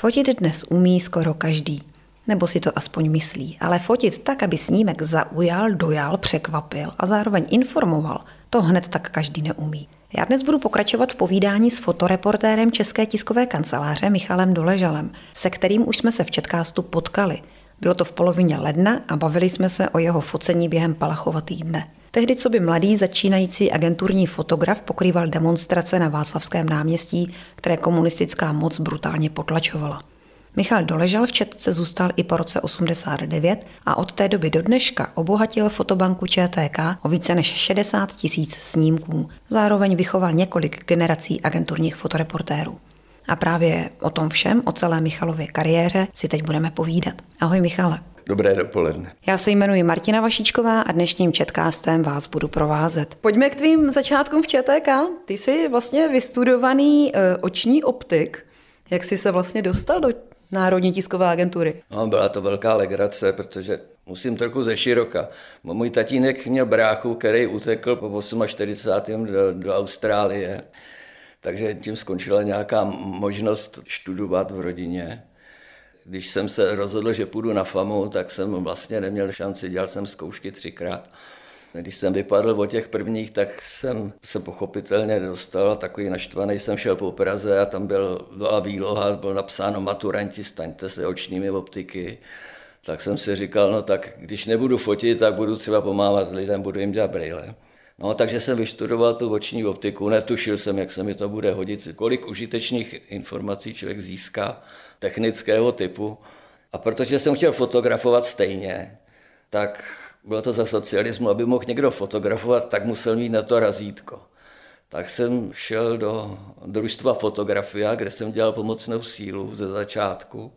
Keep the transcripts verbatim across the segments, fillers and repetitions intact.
Fotit dnes umí skoro každý. Nebo si to aspoň myslí. Ale fotit tak, aby snímek zaujal, dojal, překvapil a zároveň informoval, to hned tak každý neumí. Já dnes budu pokračovat v povídání s fotoreportérem České tiskové kanceláře Michalem Doležalem, se kterým už jsme se v Chatcastu potkali. Bylo to v polovině ledna a bavili jsme se o jeho focení během Palachova týdne. Tehdy co by mladý začínající agenturní fotograf pokrýval demonstrace na Václavském náměstí, které komunistická moc brutálně potlačovala. Michal Doležal v Četce zůstal i po roce osmdesát devět a od té doby do dneška obohatil fotobanku Č T K o více než šedesát tisíc snímků. Zároveň vychoval několik generací agenturních fotoreportérů. A právě o tom všem, o celé Michalově kariéře, si teď budeme povídat. Ahoj Michale. Dobré dopoledne. Já se jmenuji Martina Vašíčková a dnešním Chatcastem vás budu provázet. Pojďme k tvým začátkům v Č T K. Ty jsi vlastně vystudovaný e, oční optik. Jak jsi se vlastně dostal do Národní tiskové agentury? No, byla to velká legrace, protože musím trochu ze široka. Můj tatínek měl bráchu, který utekl po čtyřicátém osmém do, do Austrálie. Takže tím skončila nějaká možnost studovat v rodině. Když jsem se rozhodl, že půjdu na FAMu, tak jsem vlastně neměl šanci, dělal jsem zkoušky třikrát. Když jsem vypadl o těch prvních, tak jsem se pochopitelně dostal, takový naštvaný jsem šel po Praze a tam byl, byla výloha, bylo napsáno maturanti, staňte se očními optiky. Tak jsem si říkal, no tak když nebudu fotit, tak budu třeba pomáhat lidem, budu jim dělat brejle. No, takže jsem vystudoval tu oční optiku, netušil jsem, jak se mi to bude hodit, kolik užitečných informací člověk získá technického typu. A protože jsem chtěl fotografovat stejně, tak bylo to za socialismu, aby mohl někdo fotografovat, tak musel mít na to razítko. Tak jsem šel do družstva Fotografia, kde jsem dělal pomocnou sílu ze začátku.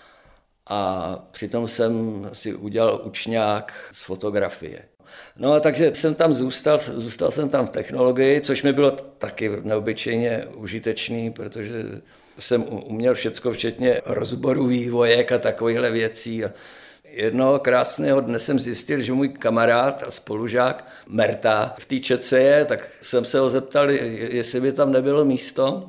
A přitom jsem si udělal učňák z fotografie. No a takže jsem tam zůstal, zůstal jsem tam v technologii, což mi bylo taky neobyčejně užitečný, protože jsem uměl všecko, včetně rozboru vývojek a takovýchhle věcí. A jednoho krásného dne jsem zjistil, že můj kamarád a spolužák Merta v té Četce je, tak jsem se ho zeptal, jestli by tam nebylo místo.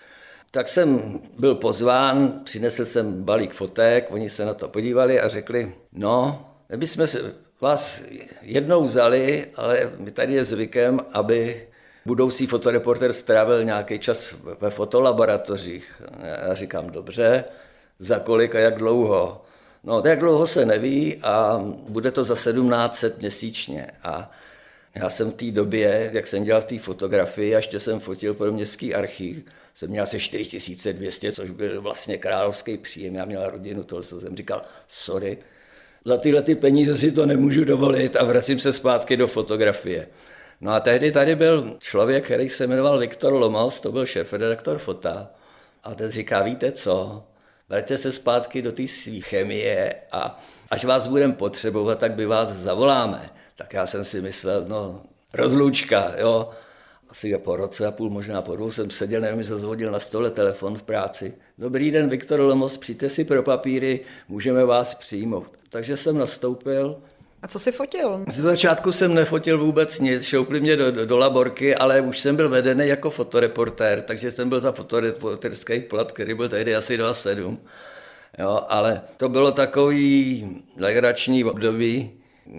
Tak jsem byl pozván, přinesl jsem balík fotek, oni se na to podívali a řekli, no, my bychom se vás jednou vzali, ale my tady je zvykem, aby budoucí fotoreporter strávil nějaký čas ve fotolaboratořích. Já říkám, dobře, za kolik a jak dlouho? No, tak dlouho se neví a bude to za sedmnáct set měsíčně. A já jsem v té době, jak jsem dělal v té fotografii, a ještě jsem fotil pro městský archiv, jsem měl asi čtyři tisíce dvě stě, což byl vlastně královský příjem. Já měl rodinu, toho jsem říkal, sorry, za tyhle ty peníze si to nemůžu dovolit a vracím se zpátky do fotografie. No a tehdy tady byl člověk, který se jmenoval Viktor Lomos, to byl šéfredaktor Fota. A ten říká, víte co, vraťte se zpátky do té své chemie a až vás budeme potřebovat, tak by vás zavoláme. Tak já jsem si myslel, no rozlučka, jo. Asi po roce a půl, možná po dvou jsem seděl, jenom mi zazvonil na stole telefon v práci. Dobrý den, Viktor Lomos, přijďte si pro papíry, můžeme vás přijmout. Takže jsem nastoupil. A co jsi fotil? Z začátku jsem nefotil vůbec nic, šoupli mě do, do, do laborky, ale už jsem byl vedený jako fotoreportér, takže jsem byl za fotoreporterský plat, který byl tehdy asi dva sedm. Jo, ale to bylo takový legrační období,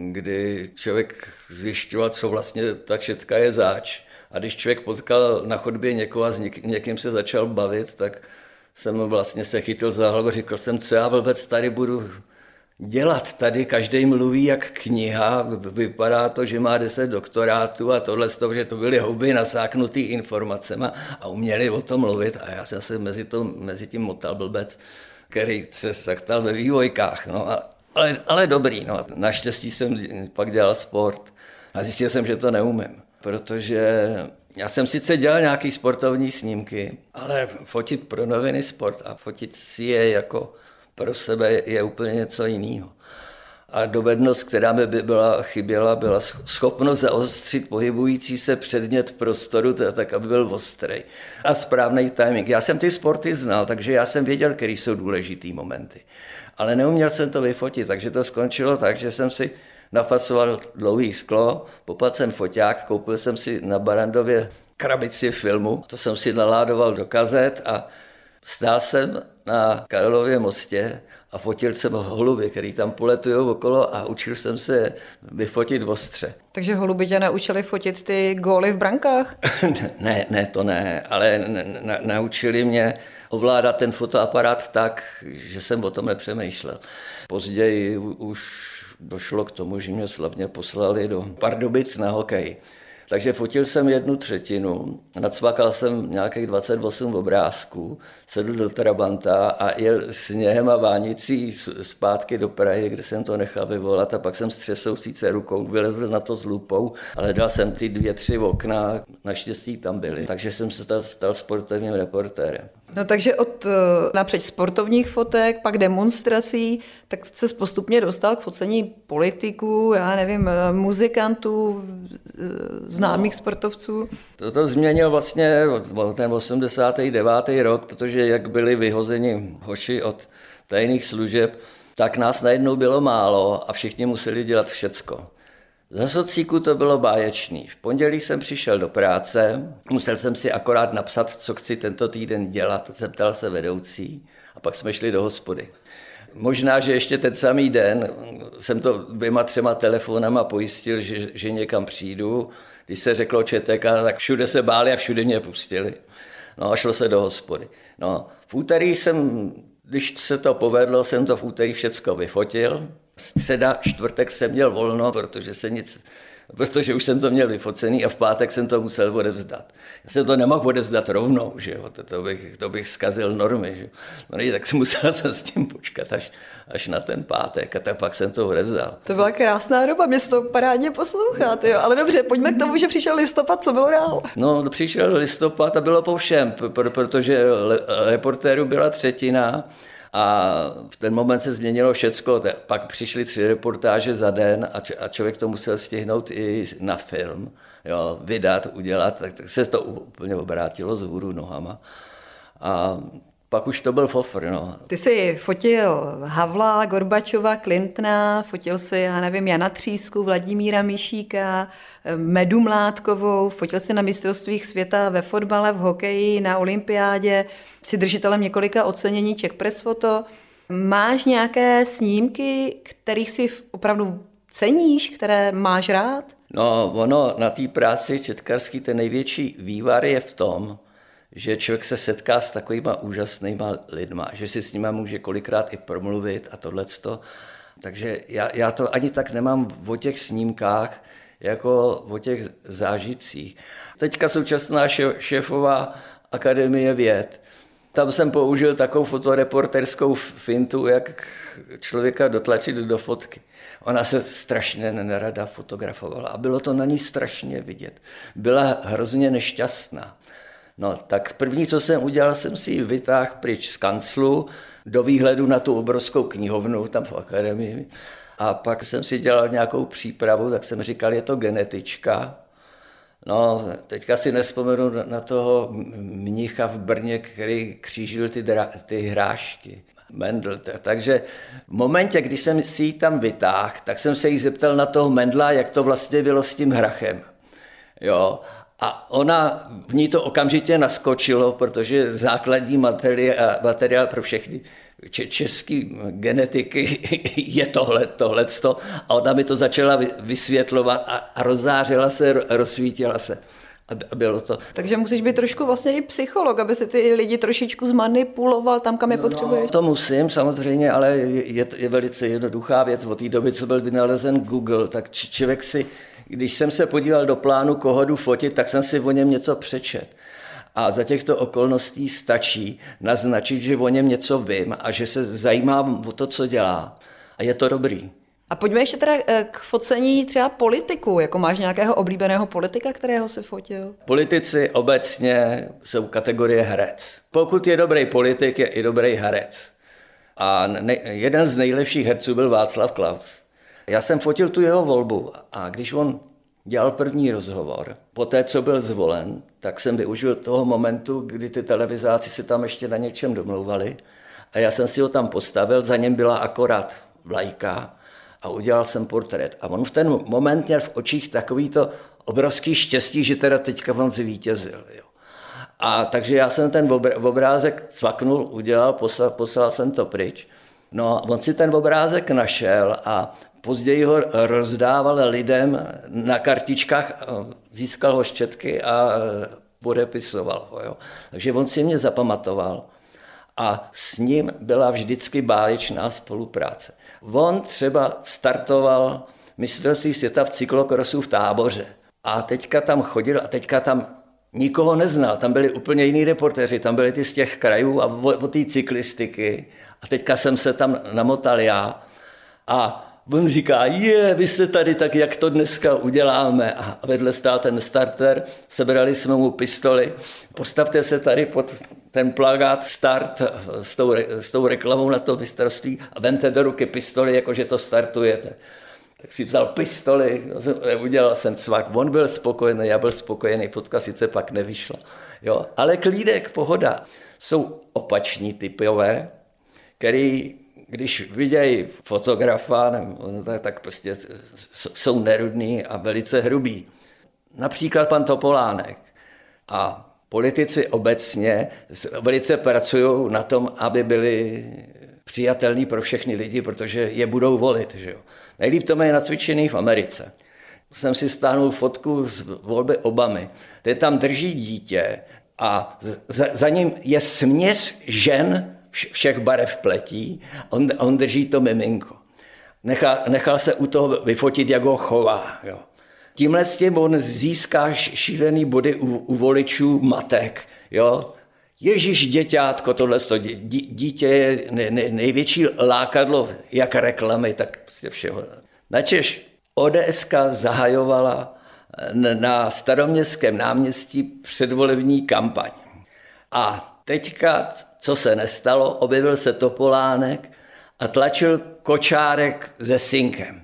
kdy člověk zjišťoval, co vlastně ta Četka je zač. A když člověk potkal na chodbě někoho a s něk- někým se začal bavit, tak jsem vlastně se chytil za hlavu, řekl jsem, co já vůbec tady budu dělat. Tady každý mluví jak kniha, vypadá to, že má deset doktorátů a tohle z toho, že to byly houby nasáknutý informacema a uměli o tom mluvit. A já jsem se mezi, to, mezi tím motal blbec, který se saktal ve vývojkách. No a, ale, ale dobrý, no. Naštěstí jsem pak dělal sport a zjistil jsem, že to neumím. Protože já jsem sice dělal nějaký sportovní snímky, ale fotit pro noviny sport a fotit si je jako pro sebe je úplně něco jiného. A dovednost, která mi by byla chyběla, byla schopnost zaostřit pohybující se předmět prostoru, tak aby byl ostrej. A správný timing. Já jsem ty sporty znal, takže já jsem věděl, které jsou důležitý momenty. Ale neuměl jsem to vyfotit, takže to skončilo tak, že jsem si nafasoval dlouhý sklo, popadl jsem foťák, koupil jsem si na Barandově krabici filmu, to jsem si naládoval do kazet a Stál jsem na Karlově mostě a fotil jsem holuby, který tam poletujou okolo a učil jsem se vyfotit ostře. Takže holuby tě naučili fotit ty góly v brankách? ne, ne, to ne, ale na, naučili mě ovládat ten fotoaparát tak, že jsem o tom nepřemýšlel. Později už došlo k tomu, že mě slavně poslali do Pardubic na hokej. Takže fotil jsem jednu třetinu, nacvakal jsem nějakých dvacet osm obrázků, sedl do Trabanta a jel sněhem a vánicí zpátky do Prahy, kde jsem to nechal vyvolat a pak jsem s třesoucí se rukou vylezl na to s lupou, ale dal jsem ty dvě, tři okna, naštěstí tam byly, takže jsem se stal, stal sportovním reportérem. No takže od napřed sportovních fotek, pak demonstrací, tak se postupně dostal k focení politiků, já nevím, muzikantů, známých no, sportovců. To změnil vlastně ten osmdesátý devátý rok, protože jak byli vyhozeni hoši od tajných služeb, tak nás najednou bylo málo a všichni museli dělat všecko. Za socíku to bylo báječný. V pondělí jsem přišel do práce, musel jsem si akorát napsat, co chci tento týden dělat, zeptal se vedoucí a pak jsme šli do hospody. Možná, že ještě ten samý den jsem to dvěma, třema telefonama pojistil, že, že někam přijdu. Když se řeklo ČTK, tak všude se báli a všude mě pustili. No a šlo se do hospody. No, v úterý jsem, když se to povedlo, jsem to v úterý všecko vyfotil. Středa, čtvrtek jsem měl volno, protože se nic, protože už jsem to měl vyfocený a v pátek jsem to musel odevzdat. Já jsem to nemohl odevzdat rovnou, že jo? To, to, bych, to bych zkazil normy. Že? No, ne, tak musel jsem s tím počkat až, až na ten pátek a tak pak jsem to odevzdal. To byla krásná doba, mě se to parádně poslouchá, jo. Ale dobře, pojďme k tomu, že přišel listopad, co bylo dál? No, přišel listopad a bylo po všem, protože reportérů byla třetina. A v ten moment se změnilo všecko, pak přišly tři reportáže za den a, č- a člověk to musel stihnout i na film, jo, vydat, udělat, tak, tak se to úplně obrátilo z hůru nohama. A pak už to byl fofr, no. Ty jsi fotil Havla, Gorbačova, Clintona, fotil jsi, já nevím, Jana Třísku, Vladimíra Mišíka, Medu Mládkovou, fotil jsi na mistrovstvích světa ve fotbale, v hokeji, na olympiádě, jsi držitelem několika ocenění Czech Press Photo. Máš nějaké snímky, kterých si opravdu ceníš, které máš rád? No, ono na té práci četkarský ten největší vývar je v tom, že člověk se setká s takovýma úžasnýma lidma, že si s nima může kolikrát i promluvit a tohleto. Takže já, já to ani tak nemám o těch snímkách, jako o těch zážitcích. Teďka současná šéfová akademie věd. Tam jsem použil takovou fotoreporterskou fintu, jak člověka dotlačit do fotky. Ona se strašně nerada fotografovala a bylo to na ní strašně vidět. Byla hrozně nešťastná. No, tak první, co jsem udělal, jsem si ji vytáhl pryč z kanclu do výhledu na tu obrovskou knihovnu tam v akademii. A pak jsem si dělal nějakou přípravu, tak jsem říkal, je to genetička. No, teďka si nespomenu na toho mnicha v Brně, který křížil ty, dra- ty hrášky. Mendel. Takže v momentě, kdy jsem si ji tam vytáhl, tak jsem se jí zeptal na toho Mendla, jak to vlastně bylo s tím hrachem. Jo. A ona, v ní to okamžitě naskočilo, protože základní materiál, materiál pro všechny české genetiky je tohle, tohleto. A ona mi to začala vysvětlovat a, a rozzářila se, rozsvítila se. A bylo to. Takže musíš být trošku vlastně i psycholog, aby si ty lidi trošičku zmanipuloval tam, kam je potřebuješ. No, to musím samozřejmě, ale je, je velice jednoduchá věc. Od té doby, co byl vynalezen Google, tak člověk si, když jsem se podíval do plánu, koho jdu fotit, tak jsem si o něm něco přečet. A za těchto okolností stačí naznačit, že o něm něco vím a že se zajímám o to, co dělá. A je to dobrý. A pojďme ještě teda k focení třeba politiků. Jako máš nějakého oblíbeného politika, kterého se fotil? Politici obecně jsou kategorie herec. Pokud je dobrý politik, je i dobrý herec. A ne, jeden z nejlepších herců byl Václav Klaus. Já jsem fotil tu jeho volbu a když on dělal první rozhovor, poté, co byl zvolen, tak jsem využil toho momentu, kdy ty televizáci si tam ještě na něčem domlouvali a já jsem si ho tam postavil, za něm byla akorát vlajka a udělal jsem portrét. A on v ten moment měl v očích takový to obrovský štěstí, že teda teďka on zvítězil. Jo. A takže já jsem ten obrázek cvaknul, udělal, poslal, poslal jsem to pryč. No on si ten obrázek našel a později ho rozdával lidem na kartičkách, získal ho štětky a podepisoval ho. Jo. Takže on si mě zapamatoval a s ním byla vždycky báječná spolupráce. On třeba startoval mistrovství světa v cyklokrosu v Táboře a teďka tam chodil a teďka tam nikoho neznal, tam byli úplně jiní reportéři, tam byli ty z těch krajů a o, o té cyklistiky a teďka jsem se tam namotal já a on říká, je, vy jste tady, tak jak to dneska uděláme. A vedle stál ten starter, sebrali jsme mu pistoli, postavte se tady pod ten plakát start s tou, s tou reklamou na to mistrovství a vemte do ruky pistoli, jakože to startujete. Tak si vzal pistoli, udělal jsem cvak, on byl spokojený, já byl spokojený, fotka sice pak nevyšla. Jo? Ale klídek, pohoda, jsou opační typové, který když vidějí fotografa, tak, tak prostě jsou nerudní a velice hrubí. Například pan Topolánek a politici obecně velice pracují na tom, aby byli přijatelní pro všechny lidi, protože je budou volit. Že jo? Nejlíp to mají nacvičený v Americe. Jsem si stáhnul fotku z volby Obamy. Ten tam drží dítě a za, za ním je směs žen všech barev pletí, on, on drží to miminko. Nechal, nechal se u toho vyfotit, jak ho chová. Jo. Tímhle s tím on získá šílený body u, u voličů matek. Jo. Ježíš, děťátko, tohle dítě je nej, největší lákadlo, jak reklamy, tak prostě všeho. Načež O D S ka zahajovala na Staroměstském náměstí předvolební kampaň. A teďka, co se nestalo, objevil se Topolánek a tlačil kočárek se synkem.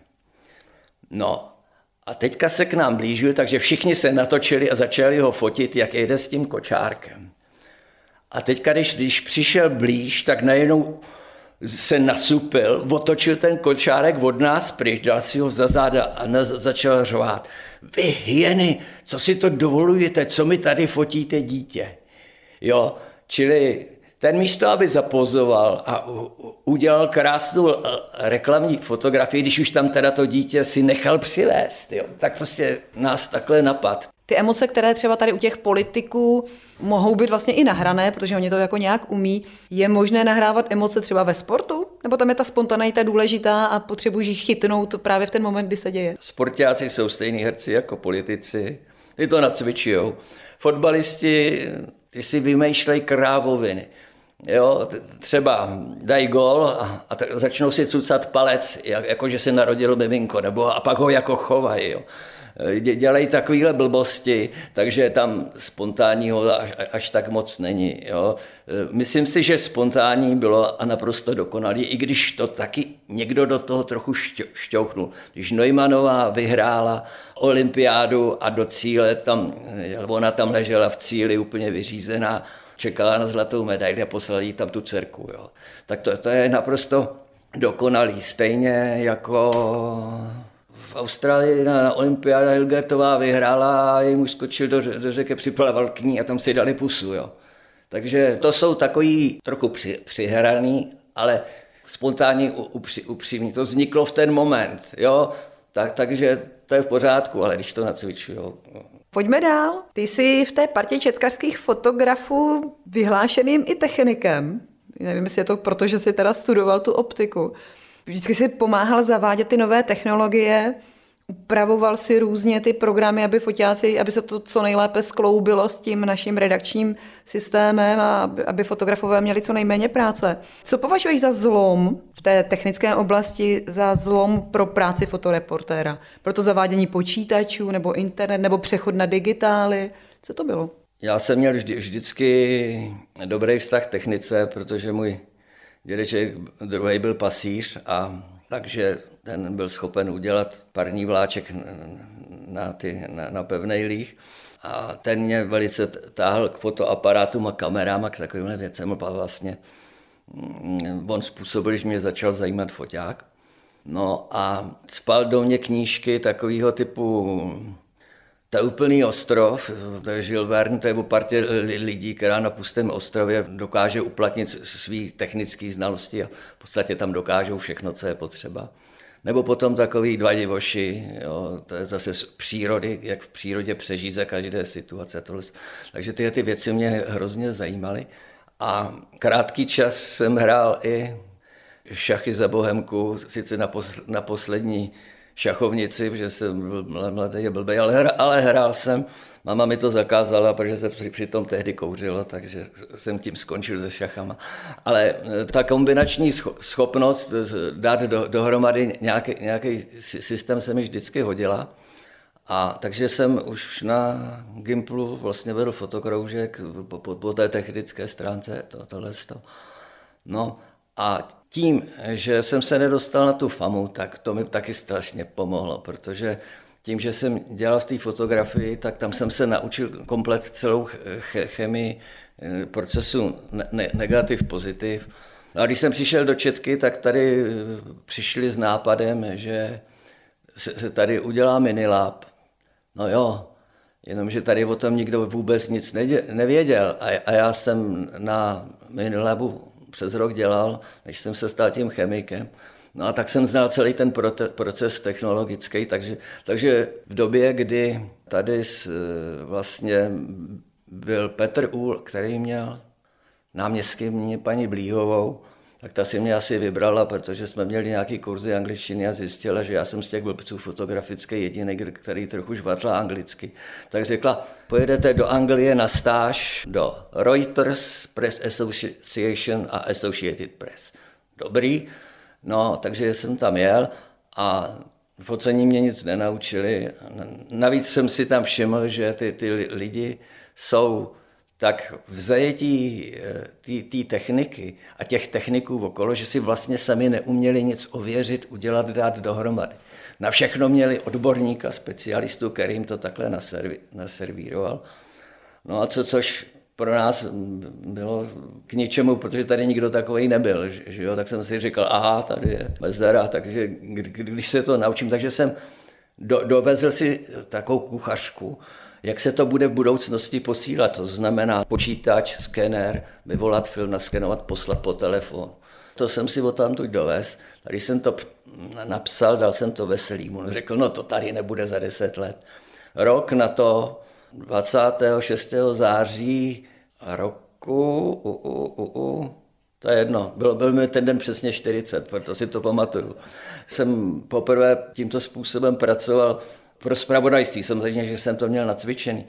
No a teďka se k nám blížil, takže všichni se natočili a začali ho fotit, jak jede s tím kočárkem. A teďka, když, když přišel blíž, tak najednou se nasupil, otočil ten kočárek od nás pryč, dal si ho za záda a začal řvát. Vy hyeny, co si to dovolujete, co mi tady fotíte dítě? Jo, čili ten místo, aby zapozoval a udělal krásnou reklamní fotografii, když už tam teda to dítě si nechal přivést, jo, tak prostě nás takhle napad. Ty emoce, které třeba tady u těch politiků mohou být vlastně i nahrané, protože oni to jako nějak umí, je možné nahrávat emoce třeba ve sportu? Nebo tam je ta spontaneita důležitá a potřebují ji chytnout právě v ten moment, kdy se děje? Sportáci jsou stejní herci jako politici, ty to nacvičujou. Fotbalisti, ty si vymýšlejí krávoviny. Jo, třeba dají gól a, a začnou si cucat palec, jak, jako že se narodilo miminko, nebo a pak ho jako chovají. Jo. Dělají takovéhle blbosti, takže tam spontánního až, až tak moc není. Jo. Myslím si, že spontánní bylo a naprosto dokonalý, i když to taky někdo do toho trochu šťouchnul. Když Neumannová vyhrála olympiádu a do cíle, tam, ona tam ležela v cíli úplně vyřízená, čekala na zlatou medaili a poslali jí tam tu dcerku. Jo. Tak to, to je naprosto dokonalý. Stejně jako v Austrálii na, na olympiáda Hilgertová vyhrála a jej muž skočil do, do řeky, připlaval k ní a tam si dali pusu. Jo. Takže to jsou takový trochu při, přihraný, ale spontánní upři, upřímní. To vzniklo v ten moment. Jo. Tak, takže to je v pořádku, ale když to nacvičuju. Pojďme dál. Ty jsi v té partě četkařských fotografů vyhlášeným i technikem. Nevím, jestli je to proto, že jsi teda studoval tu optiku. Vždycky si pomáhal zavádět ty nové technologie, upravoval si různě ty programy, aby foťáci, aby se to co nejlépe skloubilo s tím naším redakčním systémem a aby fotografové měli co nejméně práce. Co považuješ za zlom v té technické oblasti, za zlom pro práci fotoreportéra? Pro to zavádění počítačů nebo internet nebo přechod na digitály? Co to bylo? Já jsem měl vždy, vždycky dobrý vztah k technice, protože můj dědeček druhý byl pasíř a takže ten byl schopen udělat parní vláček na, ty, na, na pevnej líh a ten mě velice táhl k fotoaparátům a kamerám a k takovýmhle věcem. Vlastně on způsobil, že mě začal zajímat foťák. No a spal do mě knížky takového typu To je úplný ostrov, to je Jules Verne, to je o partě lidí, která na pustém ostrově dokáže uplatnit svý technické znalosti a v podstatě tam dokážou všechno, co je potřeba. Nebo potom takový dva divoši, jo, to je zase z přírody, jak v přírodě přežít za každé situace. Tohle. Takže tyhle ty věci mě hrozně zajímaly. A krátký čas jsem hrál i šachy za Bohemku, sice na, posl- na poslední šachovnici, protože jsem byl mladý a blbej, ale, ale hrál jsem. Mama mi to zakázala, protože se při, při tom tehdy kouřilo, takže jsem tím skončil se šachama. Ale ta kombinační schopnost dát do, dohromady nějaký, nějaký systém se mi vždycky hodila. A takže jsem už na Gimplu vlastně vedl fotokroužek po, po, po té technické stránce, to, tohle to. No a tím, že jsem se nedostal na tu famu, tak to mi taky strašně pomohlo, protože tím, že jsem dělal v té fotografii, tak tam jsem se naučil komplet celou chemii procesu ne- negativ, pozitiv. A když jsem přišel do Četky, tak tady přišli s nápadem, že se tady udělá minilab. No jo, jenomže tady o tom nikdo vůbec nic nevěděl. A já jsem na minilabu přes rok dělal, než jsem se stal tím chemikem. No a tak jsem znal celý ten proces technologický, takže, takže v době, kdy tady vlastně byl Petr Úhl, který měl náměstkyni paní Blíhovou, tak ta si mě asi vybrala, protože jsme měli nějaký kurzy angličtiny a zjistila, že já jsem z těch blbců fotografický jediný, který trochu žvatla anglicky. Tak řekla, pojedete do Anglie na stáž do Reuters, Press Association a Associated Press. Dobrý. No, takže jsem tam jel a focení mě nic nenaučili. Navíc jsem si tam všiml, že ty, ty lidi jsou tak v zajetí té techniky a těch techniků okolo, že si vlastně sami neuměli nic ověřit, udělat, dát dohromady. Na všechno měli odborníka, specialistu, který jim to takhle naservi, naservíroval. No a co, což pro nás bylo k ničemu, protože tady nikdo takový nebyl, že jo? Tak jsem si říkal, aha, tady je Bezdara, takže když se to naučím, takže jsem do, dovezl si takovou kuchařku, jak se to bude v budoucnosti posílat, to znamená počítač, skener, vyvolat film, naskenovat, poslat po telefonu. To jsem si odtamtud dovez, a když jsem to napsal, dal jsem to Veselýmu, on řekl, no to tady nebude za deset let. Rok na to, dvacátého šestého září roku, u, u, u, u, to je jedno, byl, byl mi ten den přesně čtyřicet, proto si to pamatuju. Jsem poprvé tímto způsobem pracoval pro zpravodajství, samozřejmě, že jsem to měl nacvičený.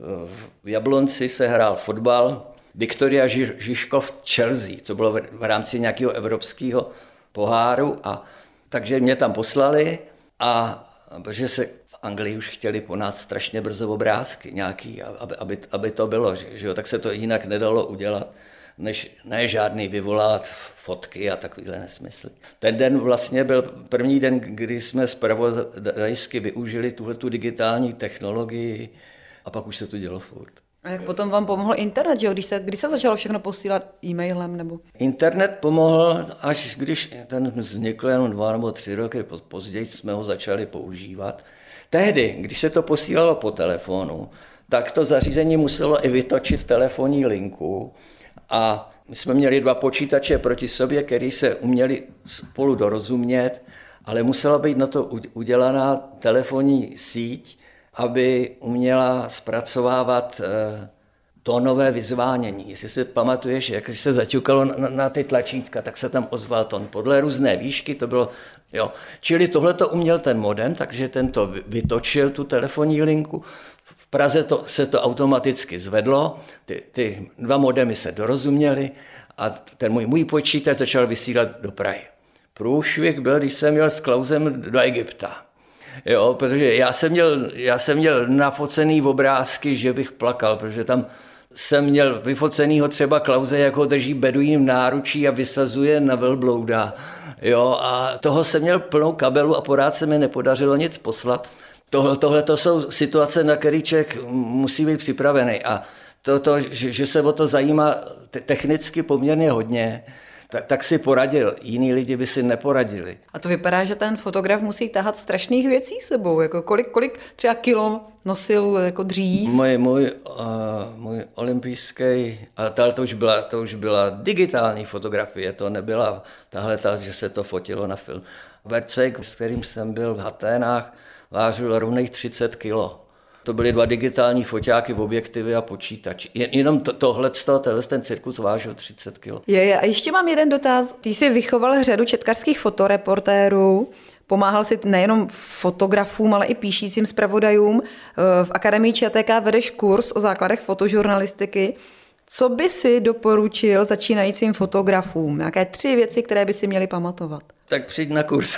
V Jablonci se hrál fotbal, Viktoria Žižkov Chelsea, to bylo v rámci nějakého evropského poháru, a takže mě tam poslali, a protože se v Anglii už chtěli po nás strašně brzo obrázky nějaký, aby, aby, aby to bylo, že, že jo, tak se to jinak nedalo udělat, než ne žádný vyvolat fotky a takovýhle nesmysly. Ten den vlastně byl první den, kdy jsme zpravodajsky využili tuhletu digitální technologii, a pak už se to dělo furt. A jak potom vám pomohl internet, jo? Když se, kdy se začalo všechno posílat e-mailem? Nebo? Internet pomohl, až když ten vznikl jenom dva nebo tři roky později, jsme ho začali používat. Tehdy, když se to posílalo po telefonu, tak to zařízení muselo i vytočit telefonní linku, a my jsme měli dva počítače proti sobě, který se uměli spolu dorozumět, ale musela být na to udělaná telefonní síť, aby uměla zpracovávat tónové vyzvánění. Jestli si pamatuješ, jak se zaťukalo na, na ty tlačítka, tak se tam ozval tón. Podle různé výšky to bylo, jo. Čili tohle to uměl ten modem, takže ten to vytočil, tu telefonní linku. V Praze to, se to automaticky zvedlo, ty, ty dva modemy se dorozuměly a ten můj, můj počítač začal vysílat do Prahy. Průšvih byl, když jsem jel s Klausem do Egypta. Jo, protože já jsem měl, já jsem měl nafocený obrázky, že bych plakal, protože tam jsem měl vyfocenýho třeba Klause, jak ho drží beduín v náručí a vysazuje na velblouda. Jo, a toho jsem měl plnou kabelu a pořád se mi nepodařilo nic poslat. Tohle, tohle to jsou situace, na který člověk musí být připravený. A to, to že, že se o to zajímá technicky poměrně hodně, tak, tak si poradil. Jiní lidi by si neporadili. A to vypadá, že ten fotograf musí tahat strašných věcí sebou. Jako kolik, kolik třeba kilo nosil jako dřív? Můj, můj, uh, můj olympijský, ale to, to, už byla, to už byla digitální fotografie, to nebyla tahle ta, že se to fotilo na film. Vercejk, s kterým jsem byl v Aténách, vážil rovných třicet kilo. To byly dva digitální foťáky, objektivy a počítač. Jenom to, tohle, tenhle ten cirkus vážil třicet kilo. Je, je. A ještě mám jeden dotaz. Ty jsi vychoval řadu četkařských fotoreportérů, pomáhal si nejenom fotografům, ale i píšícím zpravodajům. V Akademii ČTK vedeš kurz o základech fotožurnalistiky. Co by si doporučil začínajícím fotografům? Nějaké tři věci, které by si měli pamatovat? Tak přijď na kurz.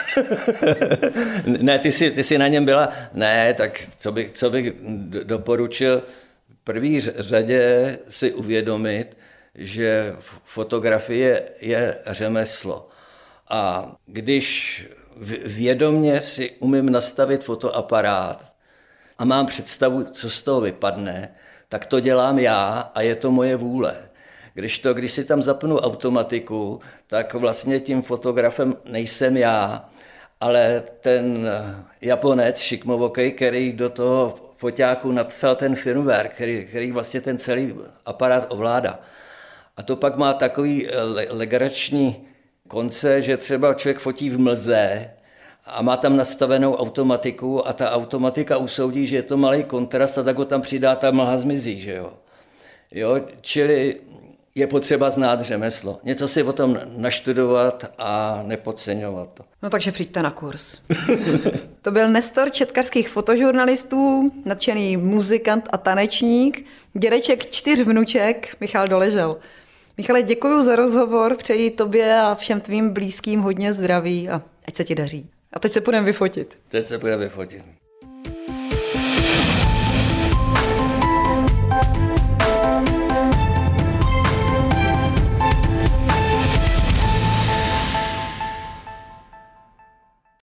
Ne, ty jsi, ty jsi na něm byla. Ne, tak co bych, co bych doporučil? V první řadě si uvědomit, že fotografie je řemeslo. A když vědomě si umím nastavit fotoaparát a mám představu, co z toho vypadne, tak to dělám já a je to moje vůle. Když to, když si tam zapnu automatiku, tak vlastně tím fotografem nejsem já, ale ten Japonec šikovokej, který do toho foťáku napsal ten firmware, který, který vlastně ten celý aparát ovládá. A to pak má takový legrační konce, že třeba člověk fotí v mlze a má tam nastavenou automatiku a ta automatika usoudí, že je to malý kontrast a tak ho tam přidá, ta mlha zmizí, že jo. Jo, čili je potřeba znát řemeslo. Něco si o tom naštudovat a nepodceňovat to. No takže přijďte na kurz. To byl Nestor četkařských fotožurnalistů, nadšený muzikant a tanečník, dědeček čtyř vnuček, Michal Doležel. Michale, děkuji za rozhovor, přeji tobě a všem tvým blízkým hodně zdraví a ať se ti daří. A teď se půjdeme vyfotit. Teď se půjdeme vyfotit.